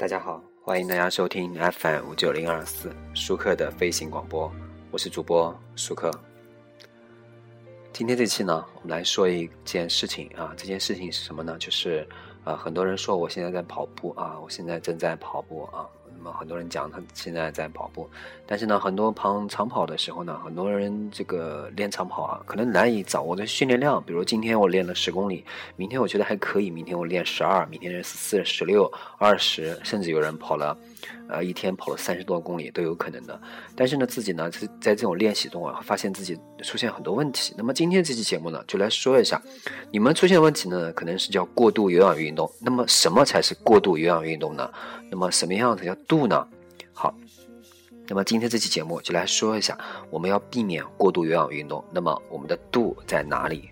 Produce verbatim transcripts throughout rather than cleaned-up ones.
大家好，欢迎大家收听 F M 五九零二四舒克的飞行广播，我是主播舒克。今天这期呢，我们来说一件事情啊，这件事情是什么呢？就是啊，很多人说我现在在跑步啊，我现在正在跑步啊。那么很多人讲他现在在跑步，但是呢，很多跑长跑的时候呢，很多人这个练长跑啊，可能难以掌握的训练量。比如今天我练了十公里，明天我觉得还可以，明天我练十二，明天是十四、十六、二十，甚至有人跑了，呃，一天跑了三十多公里都有可能的。但是呢，自己呢在这种练习中啊，发现自己出现很多问题。那么今天这期节目呢，就来说一下你们出现的问题呢，可能是叫过度有氧运动。那么什么才是过度有氧运动呢？那么什么样才叫度呢？好，那么今天这期节目就来说一下，我们要避免过度有氧运动。那么我们的度在哪里？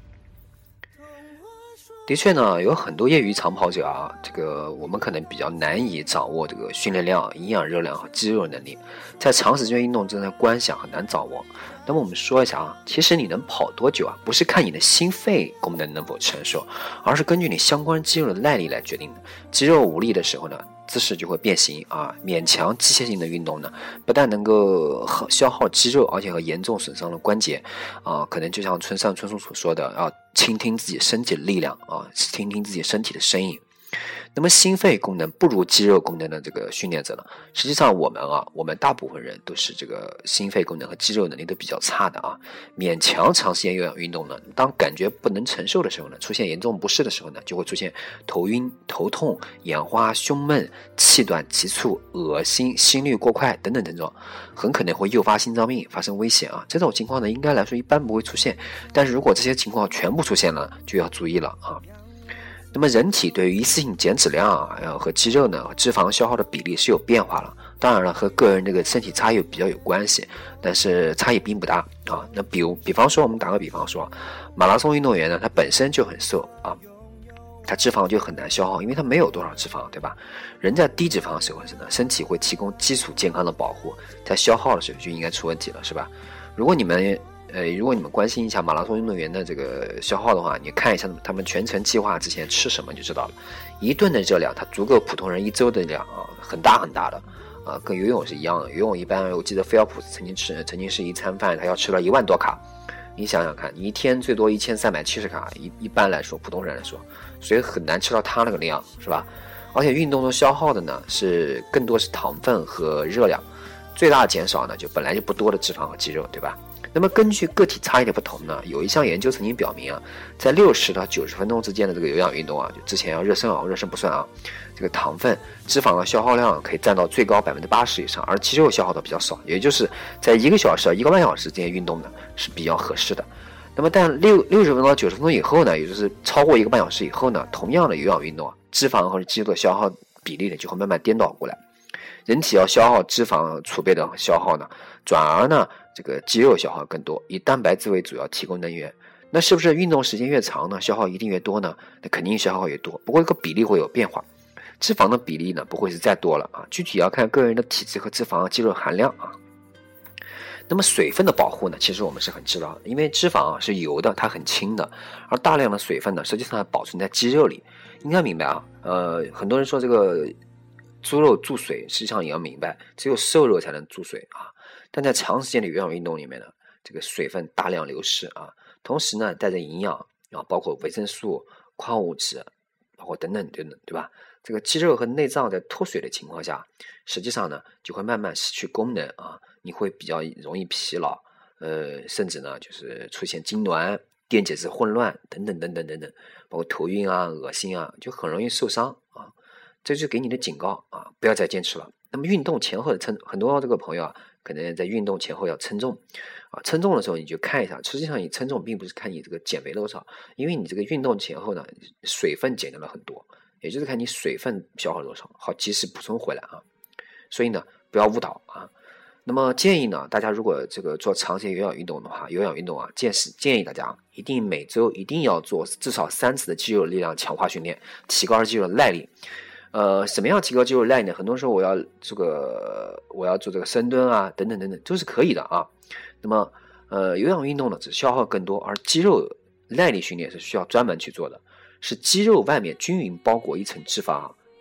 的确呢，有很多业余长跑者啊，这个我们可能比较难以掌握这个训练量、营养热量和肌肉能力，在长时间运动中的关系很难掌握。那么我们说一下啊，其实你能跑多久啊，不是看你的心肺功能能否承受，而是根据你相关肌肉的耐力来决定的。肌肉无力的时候呢，姿势就会变形啊。勉强机械性的运动呢，不但能够消耗肌肉，而且和严重损伤了关节啊。可能就像村上春树所说的，要倾听自己身体的力量啊，听听自己身体的声音。那么心肺功能不如肌肉功能的这个训练者呢，实际上我们啊，我们大部分人都是这个心肺功能和肌肉能力都比较差的啊。勉强长时间有氧运动呢，当感觉不能承受的时候呢，出现严重不适的时候呢，就会出现头晕、头痛、眼花、胸闷、气短、急促、恶心、心率过快等等症状，很可能会诱发心脏病，发生危险啊。这种情况呢，应该来说一般不会出现，但是如果这些情况全部出现了，就要注意了啊。那么人体对于一次性减脂量啊和肌肉呢和脂肪消耗的比例是有变化了，当然了和个人这个身体差异比较有关系，但是差异并不大啊。那比如比方说我们打个比方说，马拉松运动员呢，他本身就很瘦啊，他脂肪就很难消耗，因为他没有多少脂肪，对吧？人在低脂肪的时候呢，身体会提供基础健康的保护，在消耗的时候就应该出问题了，是吧？如果你们呃，如果你们关心一下马拉松运动员的这个消耗的话，你看一下他们全程计划之前吃什么就知道了。一顿的热量，它足够普通人一周的量啊，很大很大的啊，跟游泳是一样的。游泳一般，我记得菲尔普斯曾经吃，曾经是一餐饭他要吃了一万多卡。你想想看，你一天最多一千三百七十卡，一一般来说，普通人来说，所以很难吃到他那个量，是吧？而且运动中消耗的呢，是更多是糖分和热量，最大减少呢，就本来就不多的脂肪和肌肉，对吧？那么根据个体差异的不同呢，有一项研究曾经表明啊，在六十到九十分钟之间的这个有氧运动啊，就之前要热身啊，热身不算啊，这个糖分、脂肪的消耗量可以占到最高百分之八十以上，而肌肉消耗的比较少，也就是在一个小时、一个半小时之间运动呢是比较合适的。那么但六六十分钟到九十分钟以后呢，也就是超过一个半小时以后呢，同样的有氧运动啊，脂肪和肌肉的消耗比例呢就会慢慢颠倒过来。人体要消耗脂肪储备的消耗呢，转而呢这个肌肉消耗更多，以蛋白质为主要提供能源。那是不是运动时间越长呢，消耗一定越多呢？那肯定消耗越多，不过这个比例会有变化。脂肪的比例呢不会是再多了啊，具体要看个人的体质和脂肪肌肉含量啊。那么水分的保护呢，其实我们是很知道的，因为脂肪啊是油的，它很轻的，而大量的水分呢，实际上还保存在肌肉里。应该明白啊，呃，很多人说这个猪肉注水，实际上也要明白，只有瘦肉才能注水啊。但在长时间的有氧运动里面呢，这个水分大量流失啊，同时呢带着营养啊，包括维生素、矿物质，包括等等等等，对吧？这个肌肉和内脏在脱水的情况下，实际上呢就会慢慢失去功能啊，你会比较容易疲劳，呃，甚至呢就是出现痉挛、电解质混乱等等等等等等，包括头晕啊、恶心啊，就很容易受伤啊。这就是给你的警告啊，不要再坚持了。那么运动前后的称，很多这个朋友啊，可能在运动前后要称重啊，称重的时候你就看一下，实际上你称重并不是看你这个减肥多少，因为你这个运动前后呢，水分减掉了很多，也就是看你水分消耗多少，好及时补充回来啊。所以呢，不要误导啊。那么建议呢，大家如果这个做长时间有氧运动的话，有氧运动啊，建议建议大家一定每周一定要做至少三次的肌肉力量强化训练，提高肌肉的耐力。呃，什么样提高肌肉耐力呢？很多时候我要这个我要做这个深蹲啊，等等等等，都是可以的啊。那么呃，有氧运动呢，只消耗更多，而肌肉耐力训练是需要专门去做的，是肌肉外面均匀包裹一层脂肪，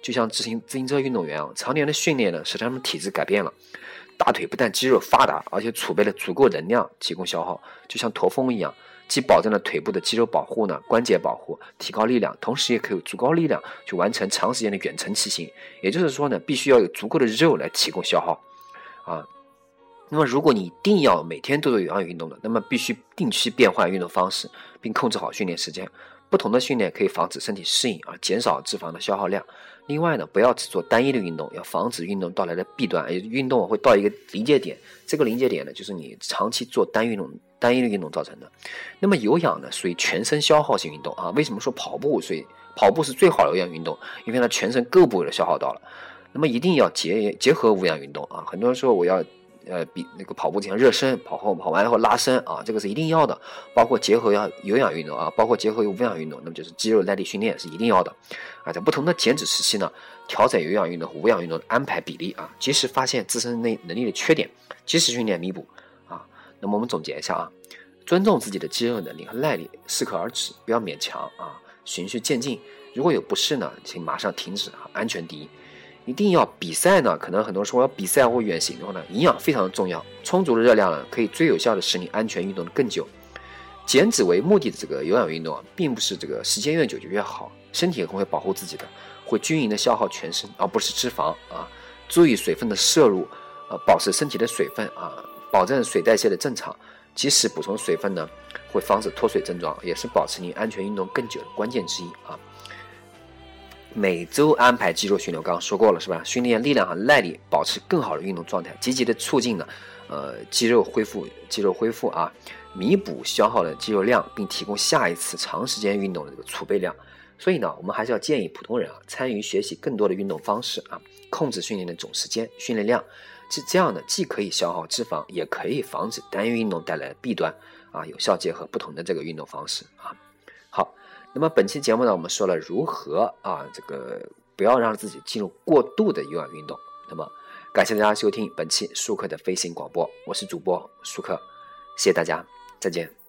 就像自行自行车运动员啊，常年的训练呢，使他们体质改变了。大腿不但肌肉发达，而且储备了足够能量提供消耗，就像驼峰一样，既保证了腿部的肌肉保护呢、关节保护、提高力量，同时也可以有足够力量去完成长时间的远程骑行。也就是说呢，必须要有足够的肉来提供消耗啊。那么如果你一定要每天都做有氧运动的，那么必须定期变换运动方式，并控制好训练时间。不同的训练可以防止身体适应而减少脂肪的消耗量。另外呢，不要只做单一的运动，要防止运动带来的弊端。也运动会到一个临界点，这个临界点呢，就是你长期做单运动、单一的运动造成的。那么有氧呢，属于全身消耗性运动啊。为什么说跑步？所以跑步是最好的有氧运动，因为它全身各部位都消耗到了。那么一定要结结合无氧运动啊。很多人说我要。呃，比那个跑步前热身，跑后跑完以后拉伸啊，这个是一定要的。包括结合要有氧运动啊，包括结合无氧运动，那么就是肌肉耐力训练是一定要的啊。在不同的减脂时期呢，调整有氧运动和无氧运动的安排比例啊，及时发现自身内能力的缺点，及时训练弥补啊。那么我们总结一下啊，尊重自己的肌肉能力和耐力，适可而止，不要勉强啊，循序渐进。如果有不适呢，请马上停止啊，安全第一。一定要比赛呢，可能很多人说我要比赛或远行的话呢，营养非常重要，充足的热量呢，可以最有效的使你安全运动的更久。减脂为目的的这个有氧运动啊，并不是这个时间越久就越好，身体也会保护自己的，会均匀的消耗全身，而不是脂肪啊。注意水分的摄入，呃，保持身体的水分啊，保证水代谢的正常。及时补充水分呢，会防止脱水症状，也是保持你安全运动更久的关键之一啊。每周安排肌肉训练，我刚刚说过了是吧？训练力量和耐力，保持更好的运动状态，积极的促进呢，呃，肌肉恢复，肌肉恢复啊，弥补消耗的肌肉量，并提供下一次长时间运动的这个储备量。所以呢，我们还是要建议普通人啊，参与学习更多的运动方式啊，控制训练的总时间、训练量，这这样呢，既可以消耗脂肪，也可以防止单一运动带来的弊端啊，有效结合不同的这个运动方式啊。好。那么本期节目呢，我们说了如何啊，这个不要让自己进入过度的有氧运动。那么感谢大家收听本期舒克的飞行广播，我是主播舒克，谢谢大家，再见。